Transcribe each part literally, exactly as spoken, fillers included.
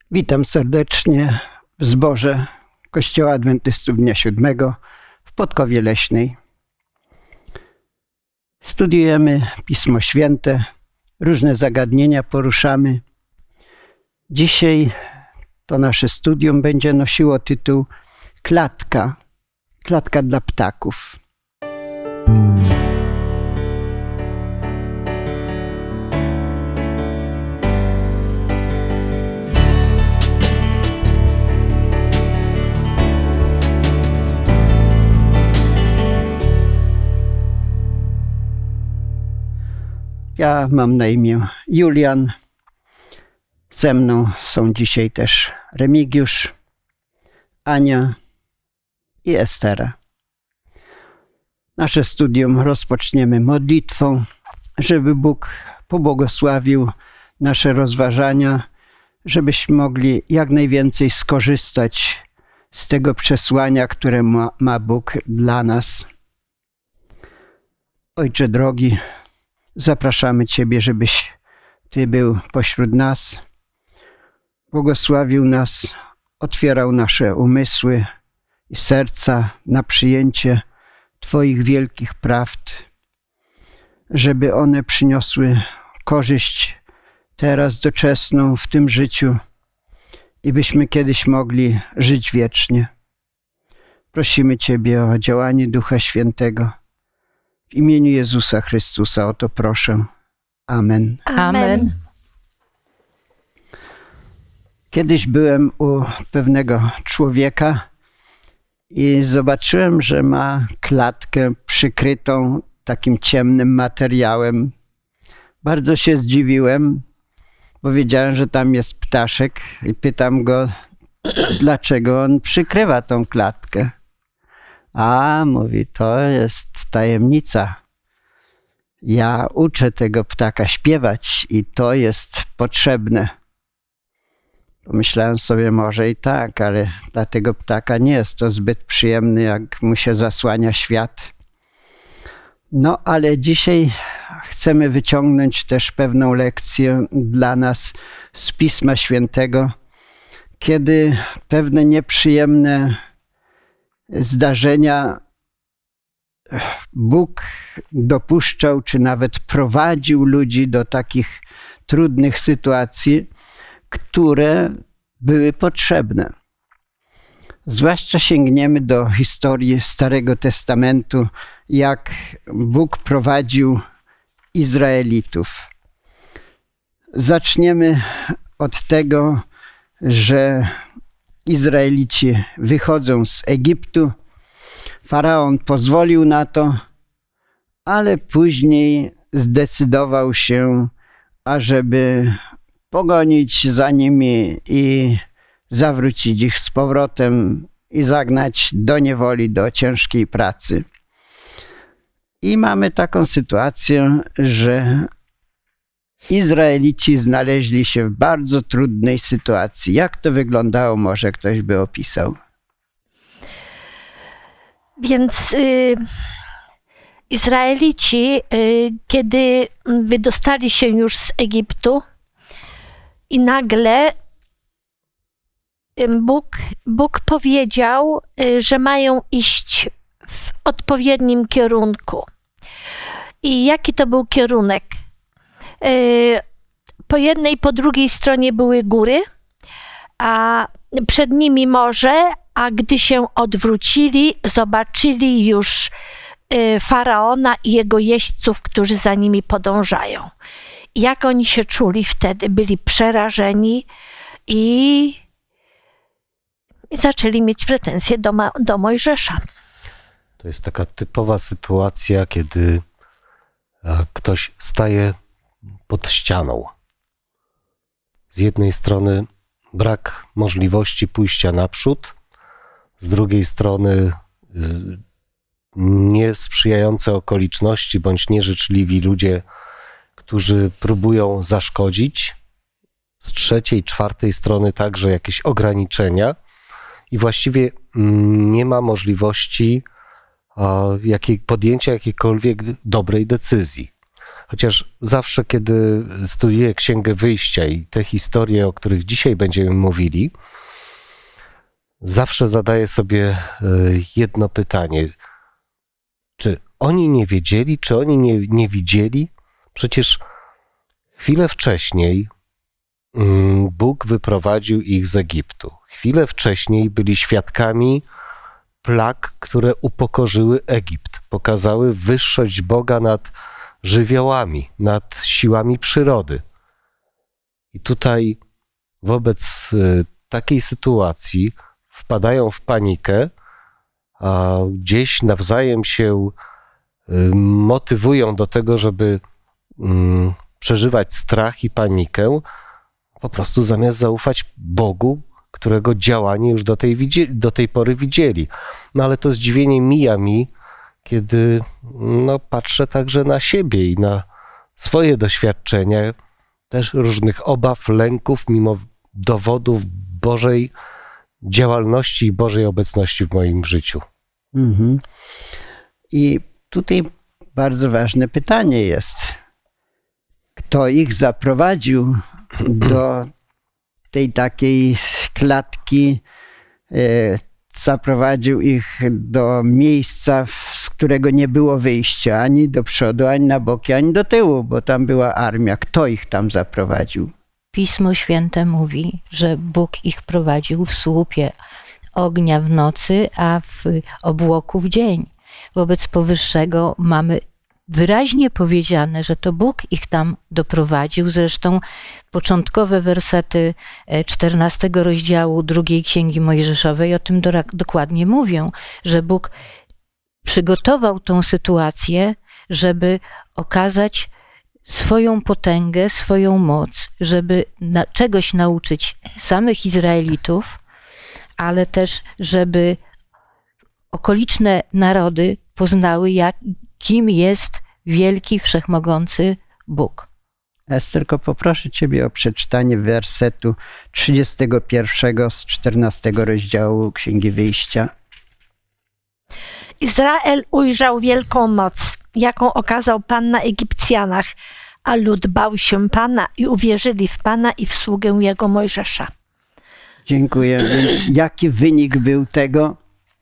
Witam serdecznie w zborze Kościoła Adwentystów Dnia Siódmego w Podkowie Leśnej. Studiujemy Pismo Święte, różne zagadnienia poruszamy. Dzisiaj to nasze studium będzie nosiło tytuł Klatka, klatka dla ptaków. Ja mam na imię Julian. Ze mną są dzisiaj też Remigiusz, Ania i Estera. Nasze studium rozpoczniemy modlitwą, żeby Bóg pobłogosławił nasze rozważania, żebyśmy mogli jak najwięcej skorzystać z tego przesłania, które ma, ma Bóg dla nas. Ojcze drogi, zapraszamy Ciebie, żebyś Ty był pośród nas, błogosławił nas, otwierał nasze umysły i serca na przyjęcie Twoich wielkich prawd, żeby one przyniosły korzyść teraz doczesną w tym życiu i byśmy kiedyś mogli żyć wiecznie. Prosimy Ciebie o działanie Ducha Świętego. W imieniu Jezusa Chrystusa o to proszę. Amen. Amen. Kiedyś byłem u pewnego człowieka i zobaczyłem, że ma klatkę przykrytą takim ciemnym materiałem. Bardzo się zdziwiłem, bo wiedziałem, że tam jest ptaszek i pytam go, dlaczego on przykrywa tą klatkę. A, mówi, to jest tajemnica. Ja uczę tego ptaka śpiewać i to jest potrzebne. Pomyślałem sobie, może i tak, ale dla tego ptaka nie jest to zbyt przyjemne, jak mu się zasłania świat. No, ale dzisiaj chcemy wyciągnąć też pewną lekcję dla nas z Pisma Świętego, kiedy pewne nieprzyjemne zdarzenia Bóg dopuszczał, czy nawet prowadził ludzi do takich trudnych sytuacji, które były potrzebne. Zwłaszcza sięgniemy do historii Starego Testamentu, jak Bóg prowadził Izraelitów. Zaczniemy od tego, że Izraelici wychodzą z Egiptu. Faraon pozwolił na to, ale później zdecydował się, ażeby pogonić za nimi i zawrócić ich z powrotem i zagnać do niewoli, do ciężkiej pracy. I mamy taką sytuację, że Izraelici znaleźli się w bardzo trudnej sytuacji. Jak to wyglądało, może ktoś by opisał? Więc y, Izraelici, y, kiedy wydostali się już z Egiptu i nagle Bóg, Bóg powiedział, y, że mają iść w odpowiednim kierunku. I jaki to był kierunek? Po jednej i po drugiej stronie były góry, a przed nimi morze, a gdy się odwrócili, zobaczyli już Faraona i jego jeźdźców, którzy za nimi podążają. Jak oni się czuli wtedy? Byli przerażeni i, i zaczęli mieć pretensje do, Ma- do Mojżesza. To jest taka typowa sytuacja, kiedy ktoś staje pod ścianą. Z jednej strony brak możliwości pójścia naprzód, z drugiej strony niesprzyjające okoliczności bądź nieżyczliwi ludzie, którzy próbują zaszkodzić, z trzeciej, czwartej strony także jakieś ograniczenia i właściwie nie ma możliwości jakiej, podjęcia jakiejkolwiek dobrej decyzji. Chociaż zawsze, kiedy studiuję Księgę Wyjścia i te historie, o których dzisiaj będziemy mówili, zawsze zadaję sobie jedno pytanie. Czy oni nie wiedzieli, czy oni nie, nie widzieli? Przecież chwilę wcześniej Bóg wyprowadził ich z Egiptu. Chwilę wcześniej byli świadkami plag, które upokorzyły Egipt. Pokazały wyższość Boga nad żywiołami, nad siłami przyrody. I tutaj wobec takiej sytuacji wpadają w panikę, a gdzieś nawzajem się motywują do tego, żeby przeżywać strach i panikę, po prostu zamiast zaufać Bogu, którego działanie już do tej, do tej pory widzieli. No ale to zdziwienie mija mi, kiedy no, patrzę także na siebie i na swoje doświadczenia, też różnych obaw, lęków, mimo dowodów Bożej działalności i Bożej obecności w moim życiu. Mhm. I tutaj bardzo ważne pytanie jest, kto ich zaprowadził do tej takiej klatki, e, zaprowadził ich do miejsca, z którego nie było wyjścia ani do przodu, ani na boki, ani do tyłu, bo tam była armia. Kto ich tam zaprowadził? Pismo Święte mówi, że Bóg ich prowadził w słupie ognia w nocy, a w obłoku w dzień. Wobec powyższego mamy wyraźnie powiedziane, że to Bóg ich tam doprowadził. Zresztą początkowe wersety czternastego rozdziału drugiej Księgi Mojżeszowej o tym do, dokładnie mówią, że Bóg przygotował tą sytuację, żeby okazać swoją potęgę, swoją moc, żeby na, czegoś nauczyć samych Izraelitów, ale też, żeby okoliczne narody poznały, jak, kim jest wielki, wszechmogący Bóg. Esterko, poproszę Ciebie o przeczytanie wersetu trzydziestego pierwszego z czternastego rozdziału Księgi Wyjścia. Izrael ujrzał wielką moc, jaką okazał Pan na Egipcjanach, a lud bał się Pana i uwierzyli w Pana i w sługę Jego Mojżesza. Dziękuję. Więc jaki wynik był tego?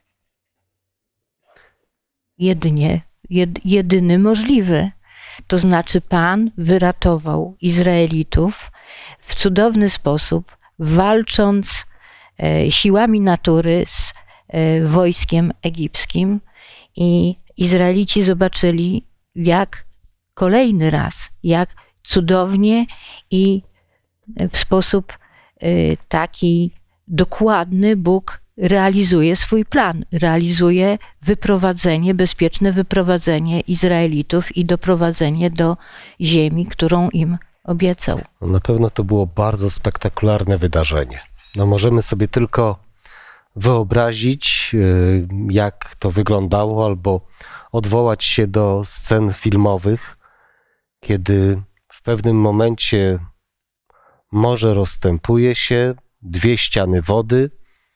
Jedynie, jed, jedyny możliwy. To znaczy Pan wyratował Izraelitów w cudowny sposób, walcząc e, siłami natury z e, wojskiem egipskim, i Izraelici zobaczyli, jak kolejny raz, jak cudownie i w sposób e, taki dokładny Bóg realizuje swój plan, realizuje wyprowadzenie, bezpieczne wyprowadzenie Izraelitów i doprowadzenie do ziemi, którą im obiecał. Na pewno to było bardzo spektakularne wydarzenie. No możemy sobie tylko wyobrazić, jak to wyglądało, albo odwołać się do scen filmowych, kiedy w pewnym momencie morze rozstępuje się, dwie ściany wody,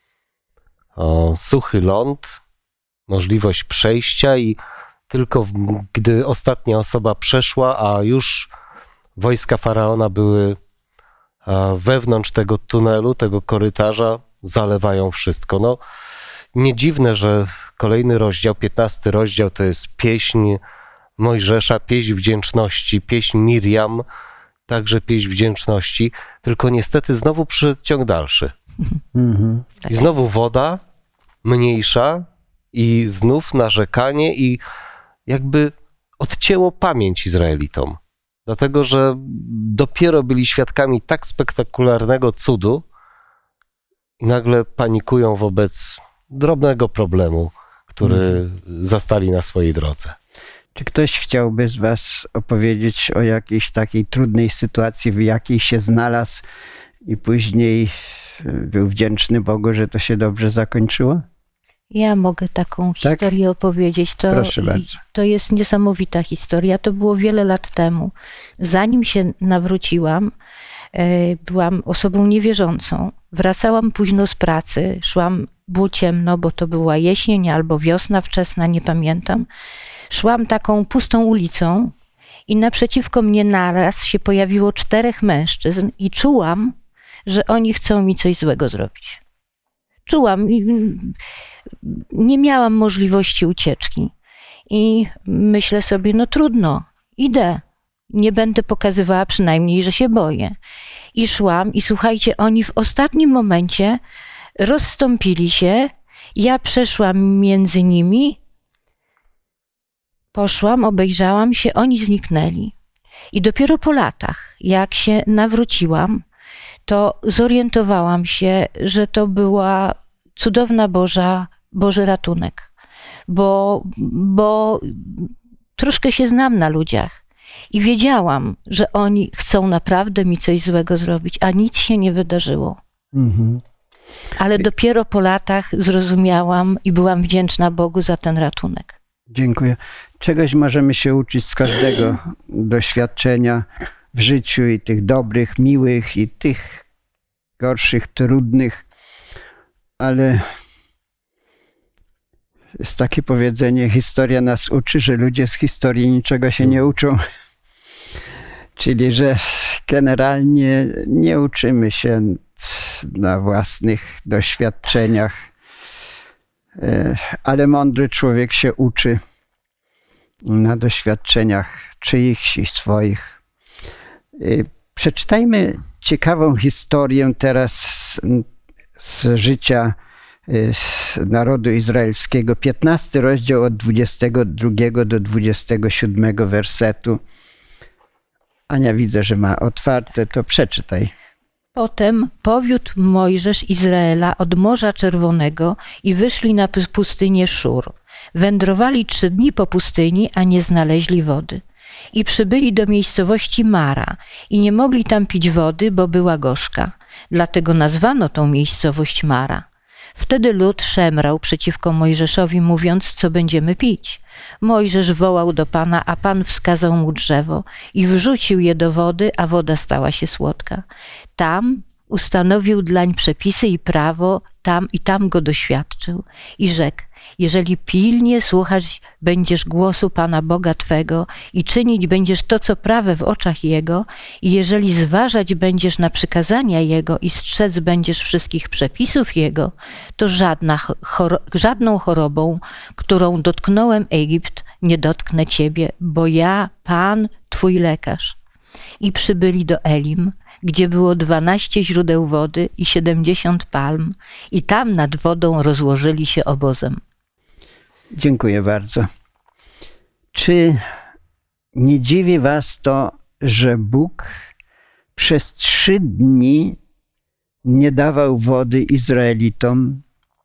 o, suchy ląd, możliwość przejścia, i tylko w, gdy ostatnia osoba przeszła, a już wojska Faraona były a, wewnątrz tego tunelu, tego korytarza, zalewają wszystko. No, nie dziwne, że kolejny rozdział, piętnasty rozdział, to jest pieśń Mojżesza, pieśń wdzięczności, pieśń Miriam, także pieśń wdzięczności, tylko niestety znowu przyszedł ciąg dalszy. Mhm. I znowu woda, mniejsza, i znów narzekanie, i jakby odcięło pamięć Izraelitom. Dlatego, że dopiero byli świadkami tak spektakularnego cudu i nagle panikują wobec drobnego problemu, który mhm. zastali na swojej drodze. Czy ktoś chciałby z was opowiedzieć o jakiejś takiej trudnej sytuacji, w jakiej się znalazł i później był wdzięczny Bogu, że to się dobrze zakończyło? Ja mogę taką Tak? historię opowiedzieć. To, Proszę bardzo. To jest niesamowita historia. To było wiele lat temu. Zanim się nawróciłam, byłam osobą niewierzącą. Wracałam późno z pracy, szłam, było ciemno, bo to była jesień albo wiosna wczesna, nie pamiętam. Szłam taką pustą ulicą i naprzeciwko mnie naraz się pojawiło czterech mężczyzn i czułam, że oni chcą mi coś złego zrobić. Czułam, nie miałam możliwości ucieczki. I myślę sobie, no trudno, idę. Nie będę pokazywała przynajmniej, że się boję. I szłam i słuchajcie, oni w ostatnim momencie rozstąpili się. Ja przeszłam między nimi, poszłam, obejrzałam się, oni zniknęli. I dopiero po latach, jak się nawróciłam, to zorientowałam się, że to była cudowna Boża, Boży ratunek. Bo, bo troszkę się znam na ludziach i wiedziałam, że oni chcą naprawdę mi coś złego zrobić, a nic się nie wydarzyło. Mhm. Ale dopiero po latach zrozumiałam i byłam wdzięczna Bogu za ten ratunek. Dziękuję. Czegoś możemy się uczyć z każdego doświadczenia w życiu i tych dobrych, miłych i tych gorszych, trudnych, ale jest takie powiedzenie, historia nas uczy, że ludzie z historii niczego się nie uczą. Czyli, że generalnie nie uczymy się na własnych doświadczeniach, ale mądry człowiek się uczy na doświadczeniach czyichś i swoich. Przeczytajmy ciekawą historię teraz z życia narodu izraelskiego. piętnasty rozdział od dwudziestego drugiego do dwudziestego siódmego wersetu. Ania, widzę, że ma otwarte, to przeczytaj. Potem powiódł Mojżesz Izraela od Morza Czerwonego i wyszli na pustynię Szur. Wędrowali trzy dni po pustyni, a nie znaleźli wody. I przybyli do miejscowości Mara i nie mogli tam pić wody, bo była gorzka. Dlatego nazwano tą miejscowość Mara. Wtedy lud szemrał przeciwko Mojżeszowi, mówiąc, co będziemy pić. Mojżesz wołał do Pana, a Pan wskazał mu drzewo i wrzucił je do wody, a woda stała się słodka. Tam ustanowił dlań przepisy i prawo, tam i tam go doświadczył. I rzekł, jeżeli pilnie słuchać będziesz głosu Pana Boga Twego i czynić będziesz to, co prawe w oczach Jego, i jeżeli zważać będziesz na przykazania Jego i strzec będziesz wszystkich przepisów Jego, to żadna choro- żadną chorobą, którą dotknąłem Egipt, nie dotknę Ciebie, bo ja, Pan, Twój lekarz. I przybyli do Elim, gdzie było dwanaście źródeł wody i siedemdziesiąt palm, i tam nad wodą rozłożyli się obozem. Dziękuję bardzo. Czy nie dziwi was to, że Bóg przez trzy dni nie dawał wody Izraelitom?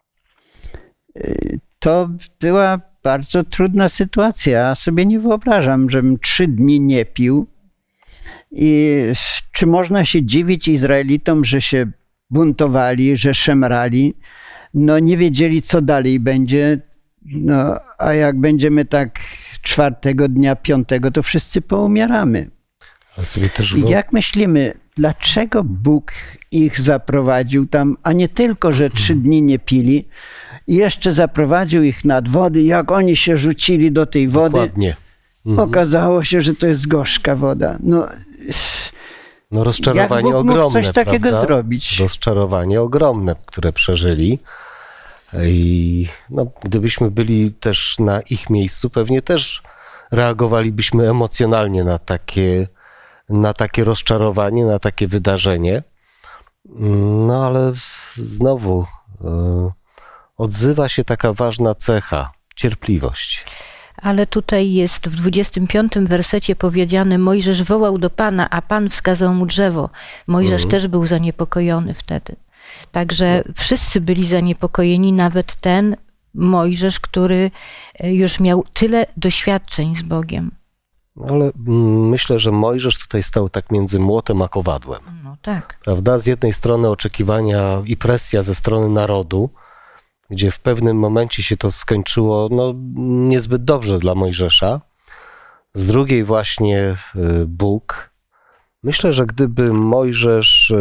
To była bardzo trudna sytuacja. Ja sobie nie wyobrażam, żebym trzy dni nie pił. I czy można się dziwić Izraelitom, że się buntowali, że szemrali? No nie wiedzieli, co dalej będzie. No, a jak będziemy tak czwartego dnia, piątego, to wszyscy poumieramy. A sobie też I jak myślimy, dlaczego Bóg ich zaprowadził tam, a nie tylko, że trzy dni nie pili, i jeszcze zaprowadził ich nad wody, jak oni się rzucili do tej wody, Dokładnie. Mhm. okazało się, że to jest gorzka woda. No, no rozczarowanie jak Bóg ogromne, mógł coś takiego prawda? zrobić? Rozczarowanie ogromne, które przeżyli. I no, gdybyśmy byli też na ich miejscu, pewnie też reagowalibyśmy emocjonalnie na takie, na takie rozczarowanie, na takie wydarzenie. No ale znowu e, odzywa się taka ważna cecha, cierpliwość. Ale tutaj jest w dwudziestym piątym wersecie powiedziane, Mojżesz wołał do Pana, a Pan wskazał mu drzewo. Mojżesz mhm. też był zaniepokojony wtedy. Także wszyscy byli zaniepokojeni, nawet ten Mojżesz, który już miał tyle doświadczeń z Bogiem. Ale myślę, że Mojżesz tutaj stał tak między młotem a kowadłem. No tak. Prawda? Z jednej strony oczekiwania i presja ze strony narodu, gdzie w pewnym momencie się to skończyło no, niezbyt dobrze dla Mojżesza. Z drugiej właśnie Bóg. Myślę, że gdyby Mojżesz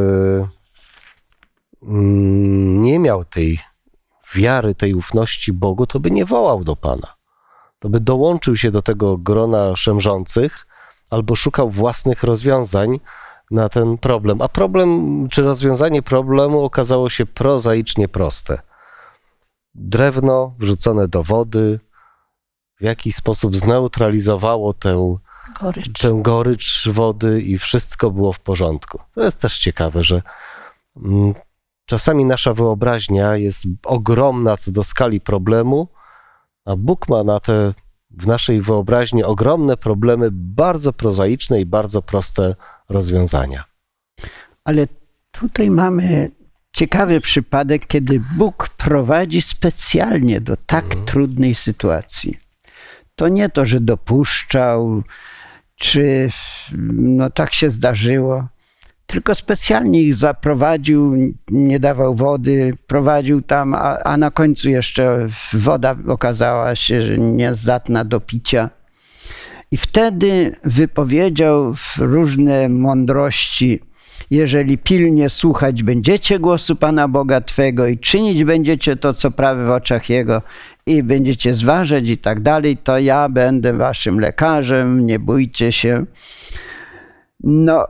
nie miał tej wiary, tej ufności Bogu, to by nie wołał do Pana. To by dołączył się do tego grona szemrzących, albo szukał własnych rozwiązań na ten problem. A problem, czy rozwiązanie problemu okazało się prozaicznie proste. Drewno wrzucone do wody w jakiś sposób zneutralizowało tę Gorycz. tę gorycz wody i wszystko było w porządku. To jest też ciekawe, że mm, czasami nasza wyobraźnia jest ogromna co do skali problemu, a Bóg ma na te w naszej wyobraźni ogromne problemy, bardzo prozaiczne i bardzo proste rozwiązania. Ale tutaj mamy ciekawy przypadek, kiedy Bóg prowadzi specjalnie do tak Mhm. trudnej sytuacji. To nie to, że dopuszczał, czy no tak się zdarzyło, tylko specjalnie ich zaprowadził, nie dawał wody, prowadził tam, a, a na końcu jeszcze woda okazała się, że niezdatna do picia. I wtedy wypowiedział różne mądrości. Jeżeli pilnie słuchać będziecie głosu Pana Boga Twego i czynić będziecie to, co prawe w oczach Jego i będziecie zważać i tak dalej, to ja będę waszym lekarzem, nie bójcie się. No,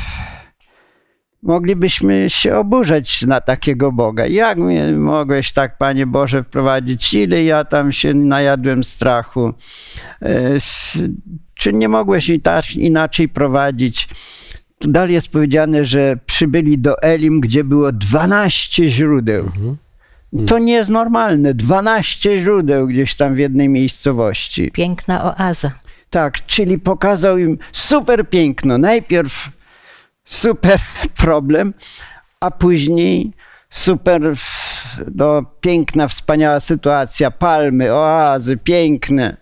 moglibyśmy się oburzać na takiego Boga. Jak mnie mogłeś tak, Panie Boże, wprowadzić? Ile ja tam się najadłem strachu? Czy nie mogłeś i tak inaczej prowadzić? Tu dalej jest powiedziane, że przybyli do Elim, gdzie było dwanaście źródeł. Mhm. To nie jest normalne. dwanaście źródeł gdzieś tam w jednej miejscowości. Piękna oaza. Tak, czyli pokazał im super piękno. Najpierw super problem, a później super no, piękna, wspaniała sytuacja. Palmy, oazy, piękne.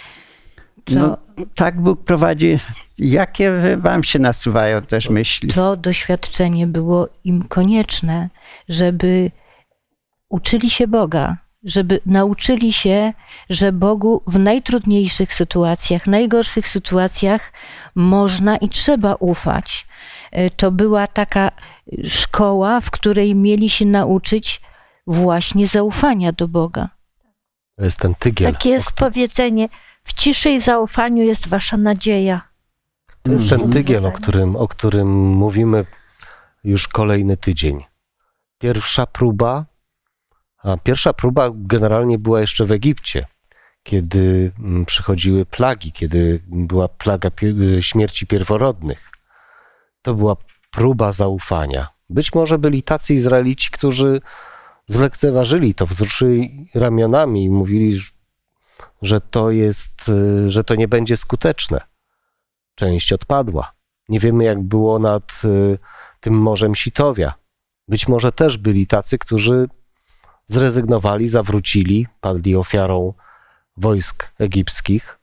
No, tak Bóg prowadzi. Jakie wam się nasuwają też myśli? To doświadczenie było im konieczne, żeby uczyli się Boga, żeby nauczyli się, że Bogu w najtrudniejszych sytuacjach, najgorszych sytuacjach można i trzeba ufać. To była taka szkoła, w której mieli się nauczyć właśnie zaufania do Boga. To jest ten tygiel. Takie jest powiedzenie, w ciszy i zaufaniu jest wasza nadzieja. To jest ten Mhm. tygiel, o którym, o którym mówimy już kolejny tydzień. Pierwsza próba, a pierwsza próba generalnie była jeszcze w Egipcie, kiedy mm, przychodziły plagi, kiedy była plaga pie- śmierci pierworodnych. To była próba zaufania. Być może byli tacy Izraelici, którzy zlekceważyli to, wzruszyli ramionami i mówili, że to jest, że to nie będzie skuteczne. Część odpadła. Nie wiemy, jak było nad y, tym Morzem Sitowia. Być może też byli tacy, którzy zrezygnowali, zawrócili, padli ofiarą wojsk egipskich.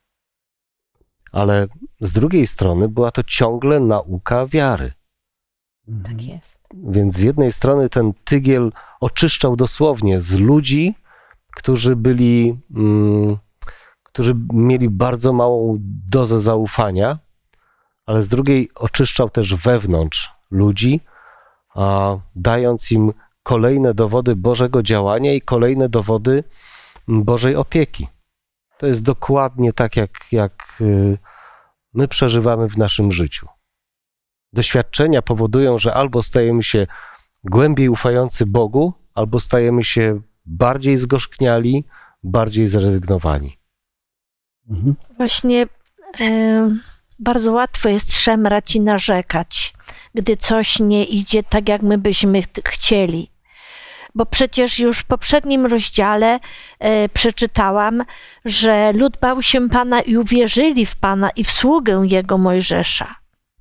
Ale z drugiej strony była to ciągle nauka wiary. Tak jest. Więc z jednej strony ten tygiel oczyszczał dosłownie z ludzi, którzy byli, mm, którzy mieli bardzo małą dozę zaufania, ale z drugiej oczyszczał też wewnątrz ludzi, a dając im kolejne dowody Bożego działania i kolejne dowody Bożej opieki. To jest dokładnie tak, jak, jak my przeżywamy w naszym życiu. Doświadczenia powodują, że albo stajemy się głębiej ufający Bogu, albo stajemy się bardziej zgorzkniali, bardziej zrezygnowani. Mhm. Właśnie e, bardzo łatwo jest szemrać i narzekać, gdy coś nie idzie tak, jak my byśmy ch- chcieli. Bo przecież już w poprzednim rozdziale e, przeczytałam, że lud bał się Pana i uwierzyli w Pana i w sługę Jego Mojżesza.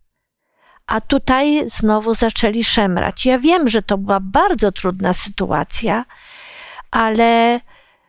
A tutaj znowu zaczęli szemrać. Ja wiem, że to była bardzo trudna sytuacja, ale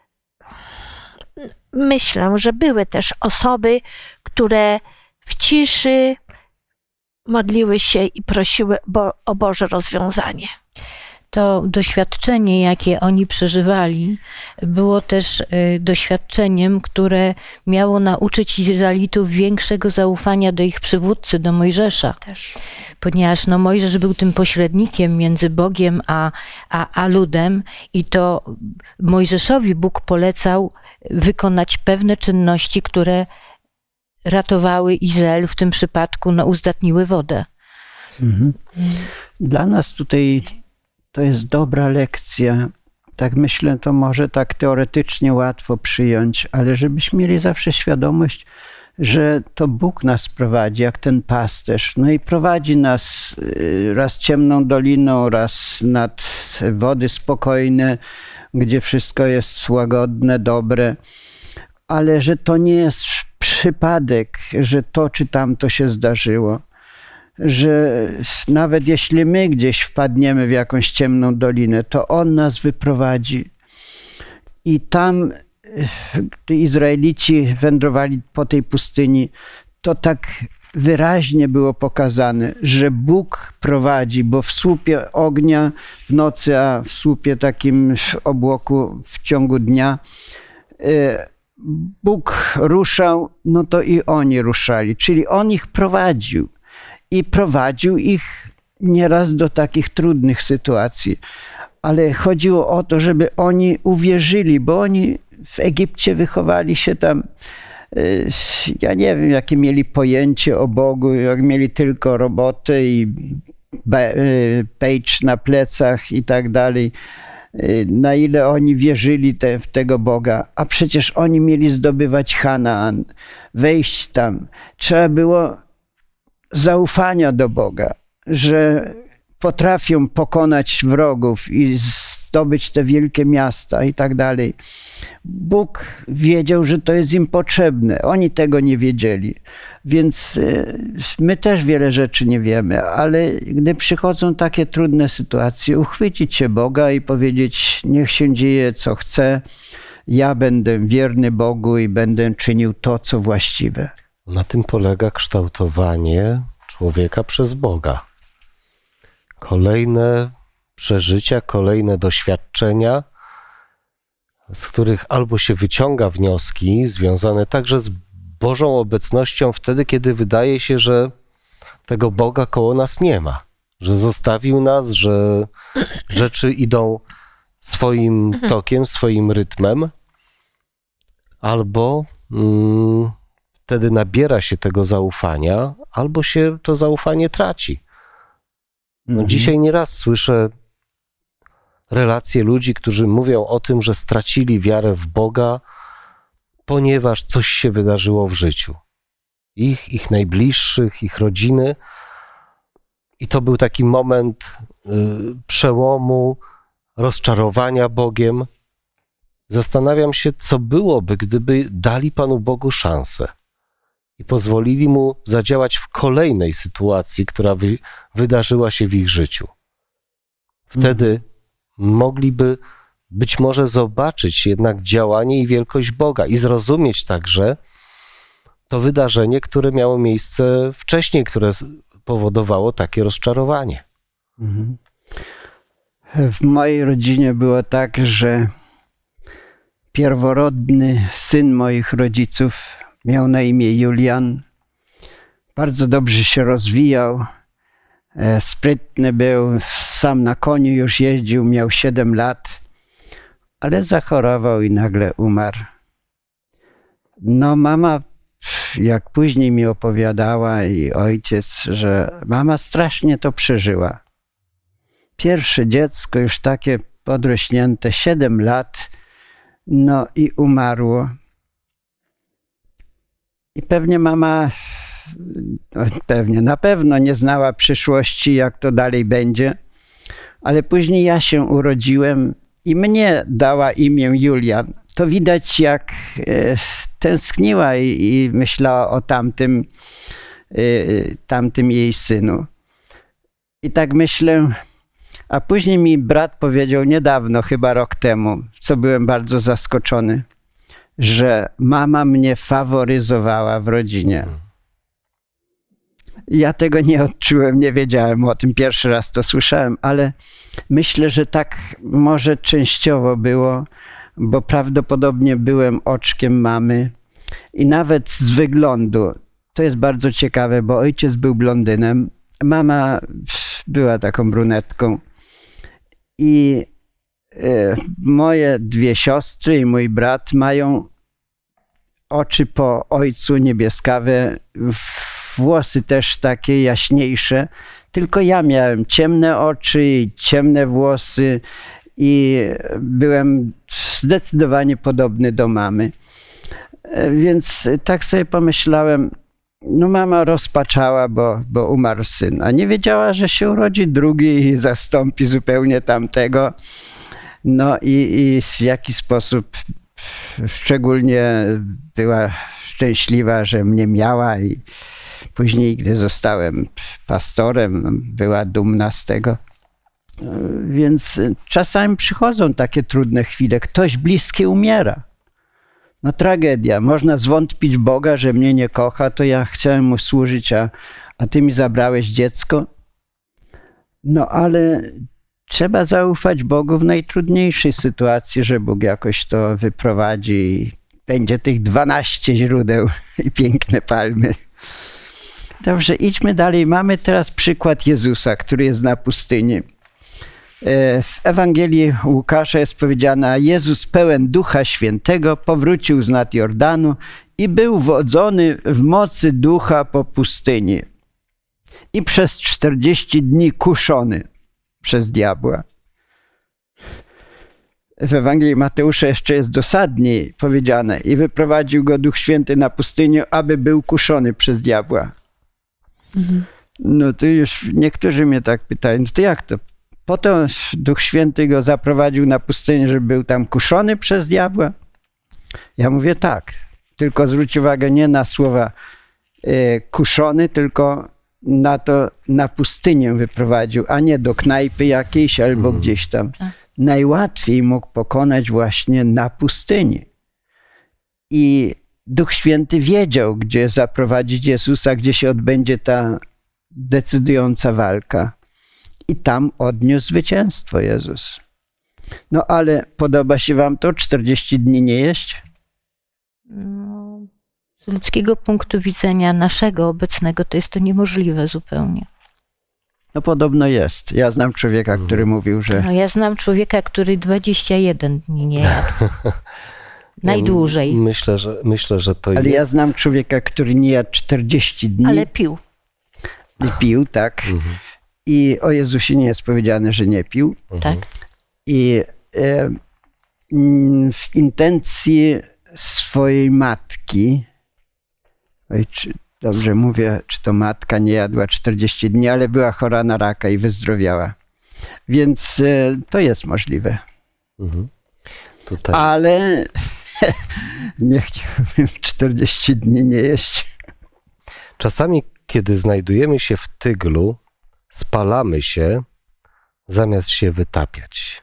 myślę, że były też osoby, które w ciszy modliły się i prosiły Bo- o Boże rozwiązanie. To doświadczenie, jakie oni przeżywali, było też y, doświadczeniem, które miało nauczyć Izraelitów większego zaufania do ich przywódcy, do Mojżesza. Też. Ponieważ no, Mojżesz był tym pośrednikiem między Bogiem a, a, a ludem i to Mojżeszowi Bóg polecał wykonać pewne czynności, które ratowały Izrael, w tym przypadku no, uzdatniły wodę. Mhm. Dla nas tutaj to jest dobra lekcja. Tak myślę, to może tak teoretycznie łatwo przyjąć, ale żebyśmy mieli zawsze świadomość, że to Bóg nas prowadzi, jak ten pasterz. No i prowadzi nas raz ciemną doliną, raz nad wody spokojne, gdzie wszystko jest łagodne, dobre. Ale że to nie jest przypadek, że to czy tamto się zdarzyło. Że nawet jeśli my gdzieś wpadniemy w jakąś ciemną dolinę, to On nas wyprowadzi. I tam, gdy Izraelici wędrowali po tej pustyni, to tak wyraźnie było pokazane, że Bóg prowadzi, bo w słupie ognia w nocy, a w słupie takim obłoku w ciągu dnia Bóg ruszał, no to i oni ruszali, czyli On ich prowadził. I prowadził ich nieraz do takich trudnych sytuacji. Ale chodziło o to, żeby oni uwierzyli, bo oni w Egipcie wychowali się tam, ja nie wiem, jakie mieli pojęcie o Bogu, jak mieli tylko robotę i page na plecach i tak dalej. Na ile oni wierzyli te, w tego Boga, a przecież oni mieli zdobywać Chanaan, wejść tam. Trzeba było zaufania do Boga, że potrafią pokonać wrogów i zdobyć te wielkie miasta i tak dalej. Bóg wiedział, że to jest im potrzebne. Oni tego nie wiedzieli. Więc my też wiele rzeczy nie wiemy, ale gdy przychodzą takie trudne sytuacje, uchwycić się Boga i powiedzieć, niech się dzieje co chce, ja będę wierny Bogu i będę czynił to, co właściwe. Na tym polega kształtowanie człowieka przez Boga. Kolejne przeżycia, kolejne doświadczenia, z których albo się wyciąga wnioski związane także z Bożą obecnością wtedy, kiedy wydaje się, że tego Boga koło nas nie ma, że zostawił nas, że rzeczy idą swoim tokiem, swoim rytmem, albo mm, wtedy nabiera się tego zaufania, albo się to zaufanie traci. No, Mhm. Dzisiaj nieraz słyszę relacje ludzi, którzy mówią o tym, że stracili wiarę w Boga, ponieważ coś się wydarzyło w życiu. Ich, ich najbliższych, ich rodziny. I to był taki moment y, przełomu, rozczarowania Bogiem. Zastanawiam się, co byłoby, gdyby dali Panu Bogu szansę i pozwolili Mu zadziałać w kolejnej sytuacji, która wy, wydarzyła się w ich życiu. Wtedy mogliby być może zobaczyć jednak działanie i wielkość Boga i zrozumieć także to wydarzenie, które miało miejsce wcześniej, które powodowało takie rozczarowanie. Mhm. W mojej rodzinie było tak, że pierworodny syn moich rodziców miał na imię Julian. Bardzo dobrze się rozwijał, sprytny był, sam na koniu już jeździł, miał siedem lat, ale zachorował i nagle umarł. No mama, jak później mi opowiadała i ojciec, że mama strasznie to przeżyła. Pierwsze dziecko już takie podrośnięte, siedem lat, no i umarło. I pewnie mama, no pewnie, na pewno nie znała przyszłości, jak to dalej będzie, ale później ja się urodziłem i mnie dała imię Julian. To widać, jak e, tęskniła i, i myślała o tamtym, e, tamtym jej synu. I tak myślę, a później mi brat powiedział niedawno, chyba rok temu, co byłem bardzo zaskoczony, że mama mnie faworyzowała w rodzinie. Ja tego nie odczułem, nie wiedziałem o tym, pierwszy raz to słyszałem, ale myślę, że tak może częściowo było, bo prawdopodobnie byłem oczkiem mamy i nawet z wyglądu. To jest bardzo ciekawe, bo ojciec był blondynem, mama była taką brunetką i moje dwie siostry i mój brat mają oczy po ojcu niebieskawe, włosy też takie jaśniejsze, tylko ja miałem ciemne oczy i ciemne włosy i byłem zdecydowanie podobny do mamy. Więc tak sobie pomyślałem, no mama rozpaczała, bo, bo umarł syn, a nie wiedziała, że się urodzi drugi i zastąpi zupełnie tamtego. No i, i w jaki sposób szczególnie była szczęśliwa, że mnie miała i później, gdy zostałem pastorem, była dumna z tego. Więc czasami przychodzą takie trudne chwile. Ktoś bliski umiera. No tragedia. Można zwątpić w Boga, że mnie nie kocha, to ja chciałem mu służyć, a, a ty mi zabrałeś dziecko. No ale trzeba zaufać Bogu w najtrudniejszej sytuacji, że Bóg jakoś to wyprowadzi i będzie tych dwanaście źródeł i piękne palmy. Dobrze, idźmy dalej. Mamy teraz przykład Jezusa, który jest na pustyni. W Ewangelii Łukasza jest powiedziane, a Jezus pełen Ducha Świętego powrócił z nad Jordanu i był wodzony w mocy Ducha po pustyni i przez czterdzieści dni kuszony przez diabła. W Ewangelii Mateusza jeszcze jest dosadniej powiedziane i wyprowadził go Duch Święty na pustynię, aby był kuszony przez diabła. Mhm. No to już niektórzy mnie tak pytają, to jak to? Potem Duch Święty go zaprowadził na pustynię, żeby był tam kuszony przez diabła? Ja mówię tak, tylko zwróć uwagę nie na słowa y, kuszony, tylko na to na pustynię wyprowadził, a nie do knajpy jakiejś albo mm. gdzieś tam. Najłatwiej mógł pokonać właśnie na pustyni. I Duch Święty wiedział, gdzie zaprowadzić Jezusa, gdzie się odbędzie ta decydująca walka. I tam odniósł zwycięstwo Jezus. No ale podoba się wam to czterdzieści dni nie jeść? No, z ludzkiego punktu widzenia naszego obecnego to jest to niemożliwe zupełnie. No podobno jest. Ja znam człowieka, który mówił, że... No ja znam człowieka, który dwadzieścia jeden dni nie jadł. Najdłużej. Myślę, że, myślę, że to Ale jest... ja znam człowieka, który nie jadł czterdzieści dni. Ale pił. I pił, tak. Mhm. I o Jezusie nie jest powiedziane, że nie pił. Tak. I e, w intencji swojej matki, oj, czy dobrze mówię, czy to matka nie jadła czterdzieści dni, ale była chora na raka i wyzdrowiała. Więc e, to jest możliwe. Mhm. Tutaj. Ale nie chciałbym czterdzieści dni nie jeść. Czasami, kiedy znajdujemy się w tyglu, spalamy się, zamiast się wytapiać.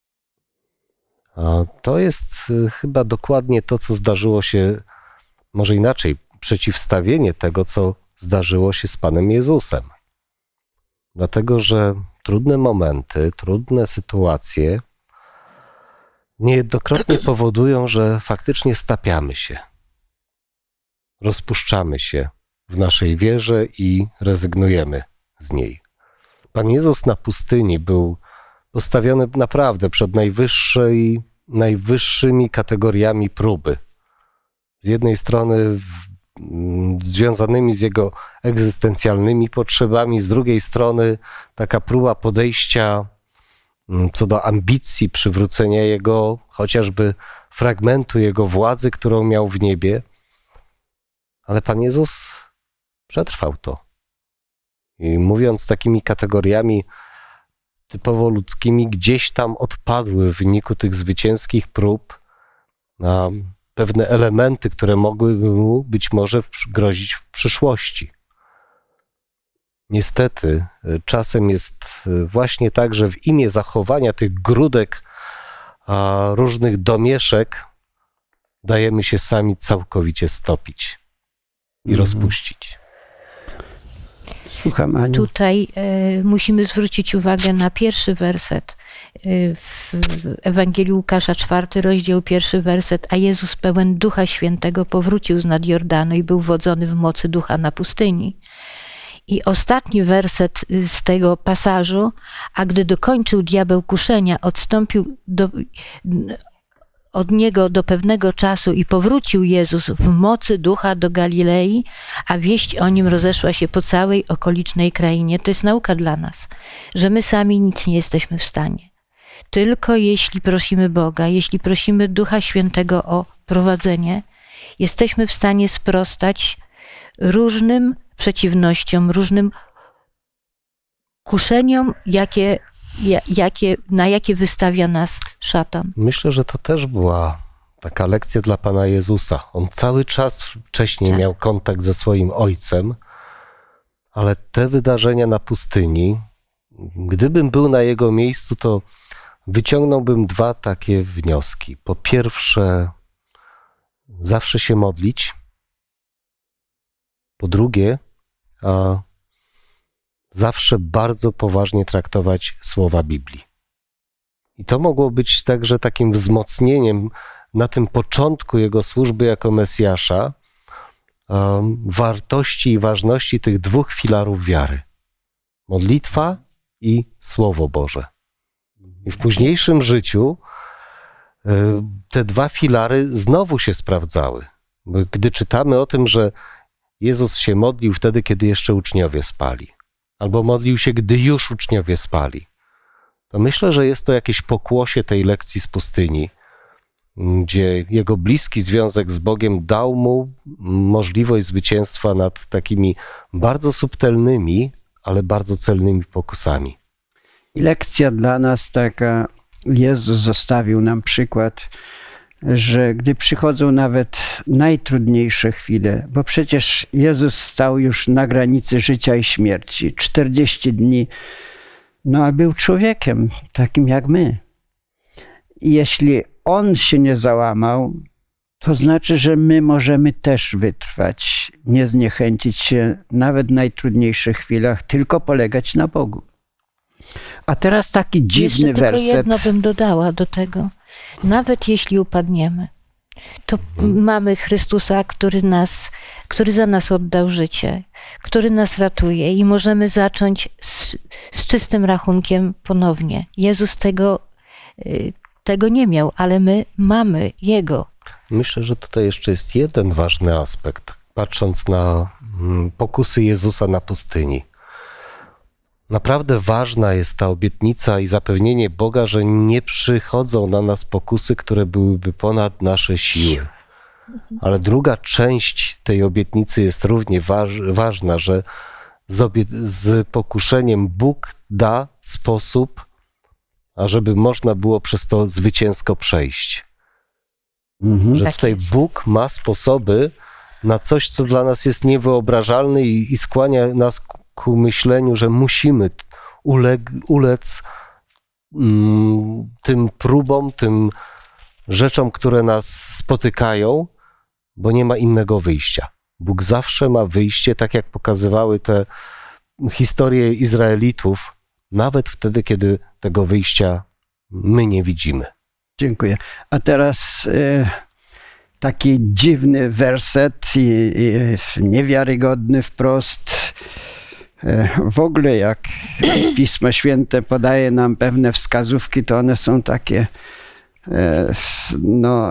A to jest chyba dokładnie to, co zdarzyło się, może inaczej, przeciwstawienie tego, co zdarzyło się z Panem Jezusem. Dlatego, że trudne momenty, trudne sytuacje niejednokrotnie powodują, że faktycznie stapiamy się. Rozpuszczamy się w naszej wierze i rezygnujemy z niej. Pan Jezus na pustyni był postawiony naprawdę przed najwyższej, najwyższymi kategoriami próby. Z jednej strony w, związanymi z jego egzystencjalnymi potrzebami, z drugiej strony taka próba podejścia co do ambicji, przywrócenia jego chociażby fragmentu jego władzy, którą miał w niebie. Ale Pan Jezus przetrwał to. I mówiąc takimi kategoriami typowo ludzkimi, gdzieś tam odpadły w wyniku tych zwycięskich prób na pewne elementy, które mogły mu być może grozić w przyszłości. Niestety, czasem jest właśnie tak, że w imię zachowania tych grudek, a różnych domieszek dajemy się sami całkowicie stopić i mhm. rozpuścić. Słucham, Aniu. Tutaj e, musimy zwrócić uwagę na pierwszy werset. E, w Ewangelii Łukasza, czwarty rozdział, pierwszy werset. A Jezus pełen Ducha Świętego powrócił z nad Jordanu i był wodzony w mocy Ducha na pustyni. I ostatni werset z tego pasażu, a gdy dokończył diabeł kuszenia, odstąpił do, od niego do pewnego czasu i powrócił Jezus w mocy ducha do Galilei, a wieść o nim rozeszła się po całej okolicznej krainie. To jest nauka dla nas, że my sami nic nie jesteśmy w stanie. Tylko jeśli prosimy Boga, jeśli prosimy Ducha Świętego o prowadzenie, jesteśmy w stanie sprostać różnym przeciwnościom, różnym kuszeniom, jakie, jakie, na jakie wystawia nas szatan. Myślę, że to też była taka lekcja dla Pana Jezusa. On cały czas wcześniej Tak. miał kontakt ze swoim Ojcem, ale te wydarzenia na pustyni, gdybym był na jego miejscu, to wyciągnąłbym dwa takie wnioski. Po pierwsze, zawsze się modlić. Po drugie, a zawsze bardzo poważnie traktować słowa Biblii. I to mogło być także takim wzmocnieniem na tym początku jego służby jako Mesjasza, um, wartości i ważności tych dwóch filarów wiary. Modlitwa i Słowo Boże. I w późniejszym życiu y, te dwa filary znowu się sprawdzały. Bo gdy czytamy o tym, że Jezus się modlił wtedy, kiedy jeszcze uczniowie spali, albo modlił się, gdy już uczniowie spali, to myślę, że jest to jakieś pokłosie tej lekcji z pustyni, gdzie jego bliski związek z Bogiem dał mu możliwość zwycięstwa nad takimi bardzo subtelnymi, ale bardzo celnymi pokusami. I lekcja dla nas taka, Jezus zostawił nam przykład, że gdy przychodzą nawet najtrudniejsze chwile, bo przecież Jezus stał już na granicy życia i śmierci, czterdzieści dni, no a był człowiekiem, takim jak my. I jeśli On się nie załamał, to znaczy, że my możemy też wytrwać, nie zniechęcić się nawet w najtrudniejszych chwilach, tylko polegać na Bogu. A teraz taki dziwny Jeszcze werset. tylko jedno bym dodała do tego. Nawet jeśli upadniemy, to mamy Chrystusa, który nas, który za nas oddał życie, który nas ratuje i możemy zacząć z, z czystym rachunkiem ponownie. Jezus tego, tego nie miał, ale my mamy Jego. Myślę, że tutaj jeszcze jest jeden ważny aspekt, patrząc na pokusy Jezusa na pustyni. Naprawdę ważna jest ta obietnica i zapewnienie Boga, że nie przychodzą na nas pokusy, które byłyby ponad nasze siły. Ale druga część tej obietnicy jest równie waż, ważna, że z, obie- z pokuszeniem Bóg da sposób, ażeby można było przez to zwycięsko przejść. Mhm. Że Tak tutaj jest. Bóg ma sposoby na coś, co dla nas jest niewyobrażalne i, i skłania nas ku myśleniu, że musimy uleg, ulec mm, tym próbom, tym rzeczom, które nas spotykają, bo nie ma innego wyjścia. Bóg zawsze ma wyjście, tak jak pokazywały te historie Izraelitów, nawet wtedy, kiedy tego wyjścia my nie widzimy. Dziękuję. A teraz e, taki dziwny werset, i, i niewiarygodny wprost. E, w ogóle jak Pismo Święte podaje nam pewne wskazówki, to one są takie e, no,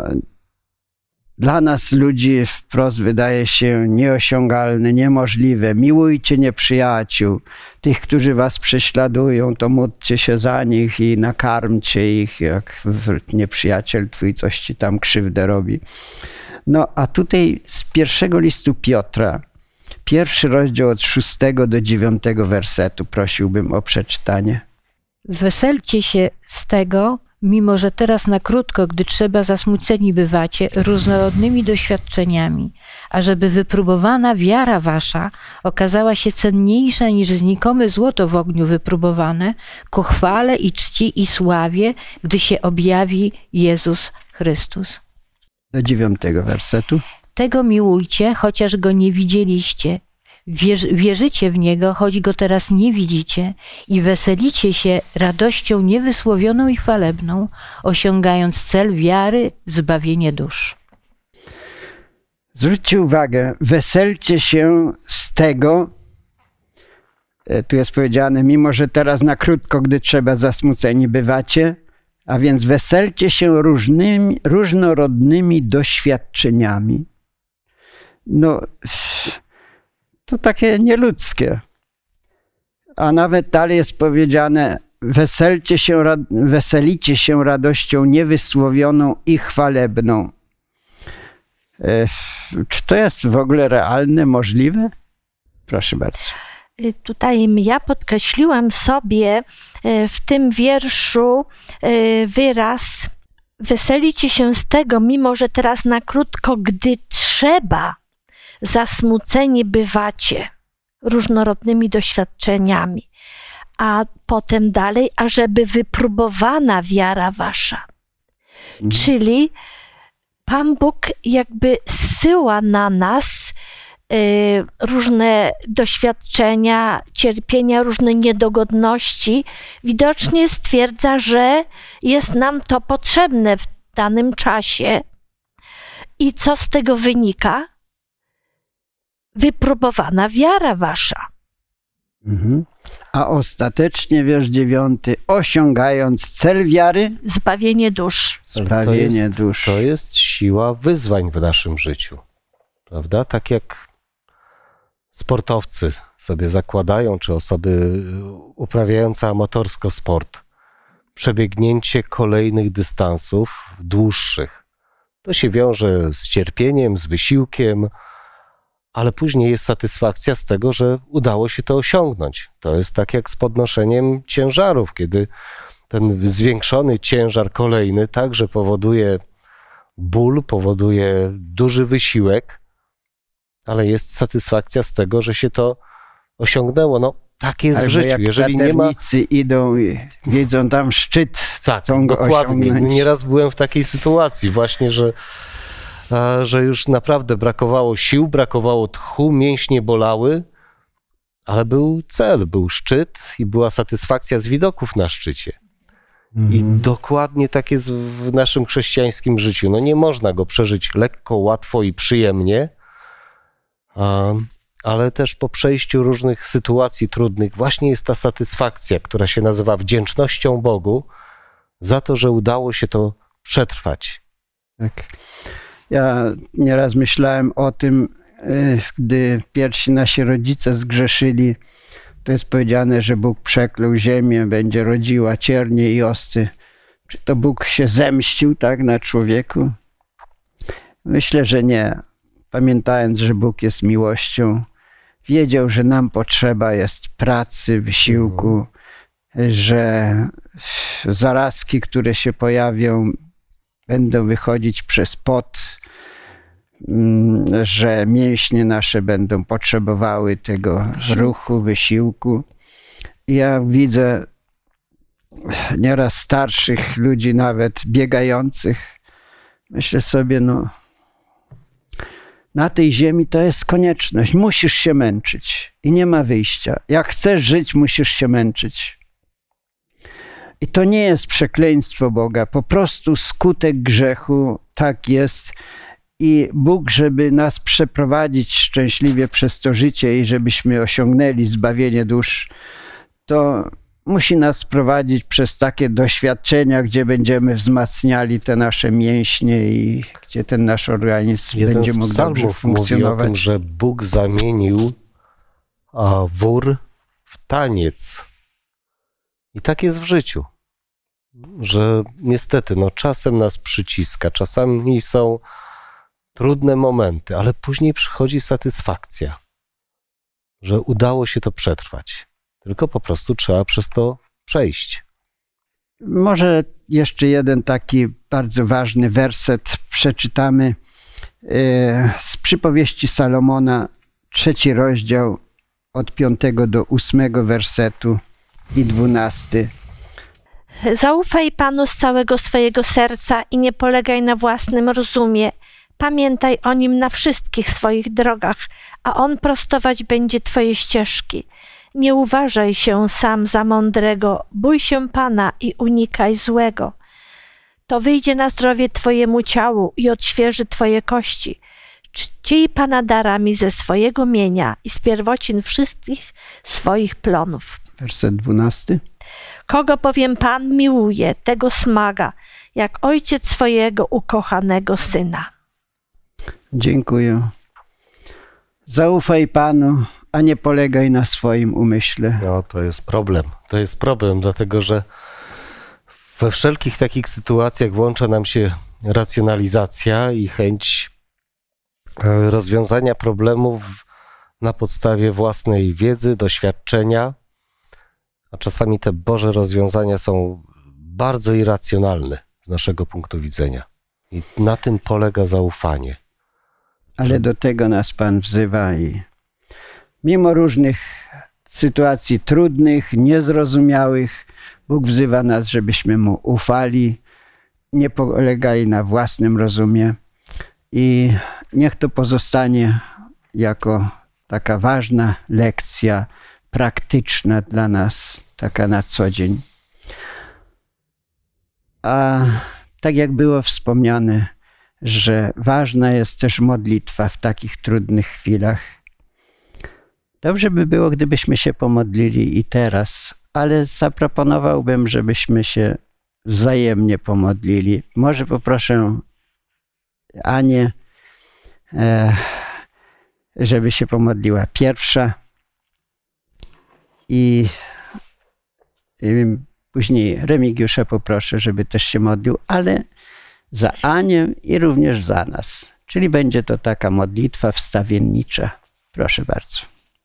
dla nas ludzi wprost wydaje się nieosiągalne, niemożliwe. Miłujcie nieprzyjaciół, tych, którzy was prześladują, to módlcie się za nich i nakarmcie ich, jak nieprzyjaciel twój coś ci tam krzywdę robi. No a tutaj z pierwszego listu Piotra, pierwszy rozdział od szóstego do dziewiątego wersetu, prosiłbym o przeczytanie. Weselcie się z tego, mimo że teraz na krótko, gdy trzeba, zasmuceni bywacie różnorodnymi doświadczeniami, ażeby wypróbowana wiara wasza okazała się cenniejsza niż znikome złoto w ogniu wypróbowane, ku chwale i czci i sławie, gdy się objawi Jezus Chrystus. Do dziewiątego wersetu. Tego miłujcie, chociaż go nie widzieliście. Wierzy, wierzycie w Niego, choć Go teraz nie widzicie i weselicie się radością niewysłowioną i chwalebną, osiągając cel wiary, zbawienie dusz. Zwróćcie uwagę, weselcie się z tego, tu jest powiedziane, mimo że teraz na krótko, gdy trzeba, zasmuceni bywacie, A więc weselcie się różnymi, różnorodnymi doświadczeniami. No, to takie nieludzkie. A nawet dalej jest powiedziane, weselcie się, weselicie się radością niewysłowioną i chwalebną. Czy to jest w ogóle realne, możliwe? Proszę bardzo. Tutaj ja podkreśliłam sobie w tym wierszu wyraz weselicie się z tego, mimo że teraz na krótko, gdy trzeba, zasmuceni bywacie różnorodnymi doświadczeniami, a potem dalej, ażeby wypróbowana wiara wasza. Mhm. Czyli Pan Bóg jakby zsyła na nas y, różne doświadczenia, cierpienia, różne niedogodności. Widocznie stwierdza, że jest nam to potrzebne w danym czasie. I co z tego wynika? Wypróbowana wiara wasza. Mhm. A ostatecznie wiersz dziewiąty, osiągając cel wiary, zbawienie dusz. Zbawienie to jest, dusz. To jest siła wyzwań w naszym życiu, prawda? Tak jak sportowcy sobie zakładają, czy osoby uprawiające amatorsko sport, przebiegnięcie kolejnych dystansów dłuższych. To się wiąże z cierpieniem, z wysiłkiem, ale później jest satysfakcja z tego, że udało się to osiągnąć. To jest tak jak z podnoszeniem ciężarów, kiedy ten zwiększony ciężar kolejny także powoduje ból, powoduje duży wysiłek, ale jest satysfakcja z tego, że się to osiągnęło. No, tak jest Albo w życiu. jak Jeżeli nie ma... idą i wiedzą tam szczyt, Tak, chcą go dokładnie. osiągnąć. Nieraz byłem w takiej sytuacji właśnie, że że już naprawdę brakowało sił, brakowało tchu, mięśnie bolały, ale był cel, był szczyt i była satysfakcja z widoków na szczycie. Mhm. I dokładnie tak jest w naszym chrześcijańskim życiu. No nie można go przeżyć lekko, łatwo i przyjemnie, ale też po przejściu różnych sytuacji trudnych właśnie jest ta satysfakcja, która się nazywa wdzięcznością Bogu za to, że udało się to przetrwać. Tak. Ja nieraz myślałem o tym, gdy pierwsi nasi rodzice zgrzeszyli, to jest powiedziane, że Bóg przeklął ziemię, będzie rodziła ciernie i oscy. Czy to Bóg się zemścił tak na człowieku? Myślę, że nie. Pamiętając, że Bóg jest miłością, wiedział, że nam potrzeba jest pracy, wysiłku, że zarazki, które się pojawią, będą wychodzić przez pot, że mięśnie nasze będą potrzebowały tego ruchu, wysiłku. I ja widzę nieraz starszych ludzi, nawet biegających. Myślę sobie, no na tej ziemi to jest konieczność. Musisz się męczyć i nie ma wyjścia. Jak chcesz żyć, musisz się męczyć. I to nie jest przekleństwo Boga, po prostu skutek grzechu, tak jest. I Bóg, żeby nas przeprowadzić szczęśliwie przez to życie i żebyśmy osiągnęli zbawienie dusz, to musi nas prowadzić przez takie doświadczenia, gdzie będziemy wzmacniali te nasze mięśnie i gdzie ten nasz organizm Jeden będzie z mógł dobrze funkcjonować. Mówi o tym, że Bóg zamienił a, wór w taniec. I tak jest w życiu, że niestety no, czasem nas przyciska, czasami są trudne momenty, ale później przychodzi satysfakcja, że udało się to przetrwać. Tylko po prostu trzeba przez to przejść. Może jeszcze jeden taki bardzo ważny werset przeczytamy z przypowieści Salomona, trzeci rozdział od piątego do ósmego wersetu i dwunasty. Zaufaj Panu z całego swojego serca i nie polegaj na własnym rozumie. Pamiętaj o Nim na wszystkich swoich drogach, a On prostować będzie twoje ścieżki. Nie uważaj się sam za mądrego, bój się Pana i unikaj złego. To wyjdzie na zdrowie twojemu ciału i odświeży twoje kości. Czcij Pana darami ze swojego mienia i z pierwocin wszystkich swoich plonów. Werset dwunasty. Kogo bowiem Pan miłuje, tego smaga, jak ojciec swojego ukochanego syna. Dziękuję. Zaufaj Panu, a nie polegaj na swoim umyśle. No, to jest problem. To jest problem, dlatego że we wszelkich takich sytuacjach włącza nam się racjonalizacja i chęć e, rozwiązania problemów na podstawie własnej wiedzy, doświadczenia, a czasami te Boże rozwiązania są bardzo irracjonalne z naszego punktu widzenia. I na tym polega zaufanie. Ale do tego nas Pan wzywa i mimo różnych sytuacji trudnych, niezrozumiałych, Bóg wzywa nas, żebyśmy Mu ufali, nie polegali na własnym rozumie i niech to pozostanie jako taka ważna lekcja praktyczna dla nas, taka na co dzień. A tak jak było wspomniane, że ważna jest też modlitwa w takich trudnych chwilach. Dobrze by było, gdybyśmy się pomodlili i teraz, ale zaproponowałbym, żebyśmy się wzajemnie pomodlili. Może poproszę Anię, e, żeby się pomodliła pierwsza i, i później Remigiusza poproszę, żeby też się modlił, ale za Anię i również za nas. Czyli będzie to taka modlitwa wstawiennicza. Proszę bardzo.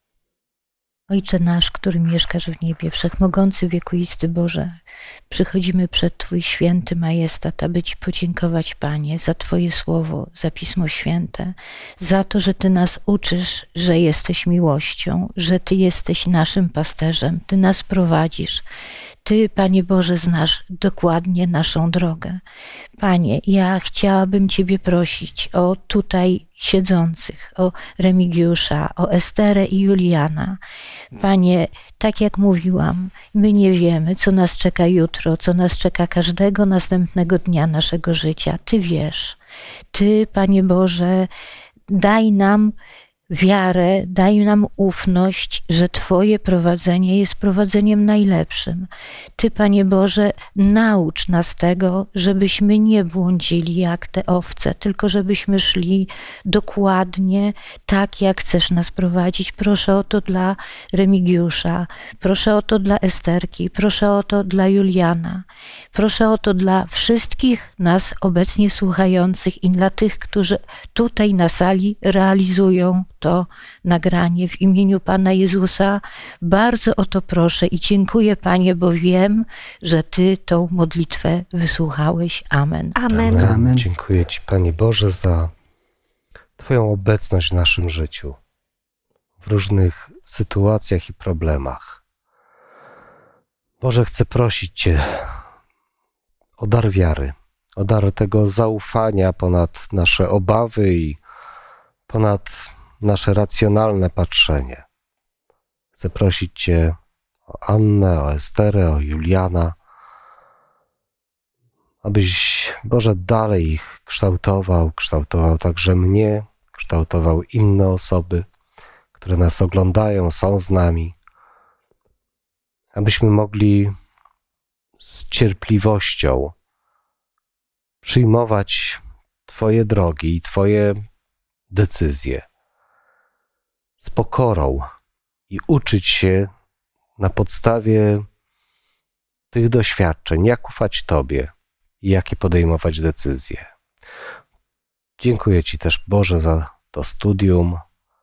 Ojcze nasz, który mieszkasz w niebie, wszechmogący, wiekuisty Boże, przychodzimy przed Twój święty majestat, aby Ci podziękować, Panie, za Twoje słowo, za Pismo Święte, za to, że Ty nas uczysz, że jesteś miłością, że Ty jesteś naszym pasterzem, Ty nas prowadzisz. Ty, Panie Boże, znasz dokładnie naszą drogę. Panie, ja chciałabym Ciebie prosić o tutaj siedzących, o Remigiusza, o Esterę i Juliana. Panie, tak jak mówiłam, my nie wiemy, co nas czeka jutro, co nas czeka każdego następnego dnia naszego życia. Ty wiesz. Ty, Panie Boże, daj nam wiarę, daj nam ufność, że Twoje prowadzenie jest prowadzeniem najlepszym. Ty, Panie Boże, naucz nas tego, żebyśmy nie błądzili jak te owce, tylko żebyśmy szli dokładnie tak, jak chcesz nas prowadzić. Proszę o to dla Remigiusza, proszę o to dla Esterki, proszę o to dla Juliana, proszę o to dla wszystkich nas obecnie słuchających i dla tych, którzy tutaj na sali realizują to nagranie w imieniu Pana Jezusa. Bardzo o to proszę i dziękuję, Panie, bo wiem, że Ty tą modlitwę wysłuchałeś. Amen. Amen. Amen. Amen. Dziękuję Ci, Panie Boże, za Twoją obecność w naszym życiu, w różnych sytuacjach i problemach. Boże, chcę prosić Cię o dar wiary, o dar tego zaufania ponad nasze obawy i ponad nasze racjonalne patrzenie. Chcę prosić Cię o Annę, o Esterę, o Juliana, abyś, Boże, dalej ich kształtował, kształtował także mnie, kształtował inne osoby, które nas oglądają, są z nami, abyśmy mogli z cierpliwością przyjmować Twoje drogi i Twoje decyzje, z pokorą i uczyć się na podstawie tych doświadczeń, jak ufać Tobie i jakie podejmować decyzje. Dziękuję Ci też, Boże, za to studium.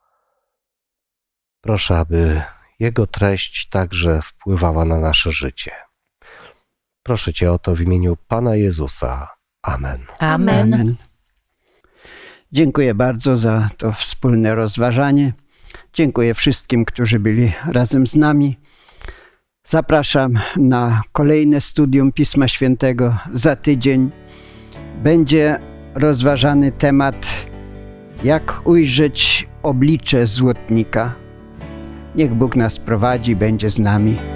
Proszę, aby jego treść także wpływała na nasze życie. Proszę Cię o to w imieniu Pana Jezusa. Amen. Amen. Amen. Dziękuję bardzo za to wspólne rozważanie. Dziękuję wszystkim, którzy byli razem z nami. Zapraszam na kolejne studium Pisma Świętego za tydzień. Będzie rozważany temat, jak ujrzeć oblicze złotnika. Niech Bóg nas prowadzi, będzie z nami.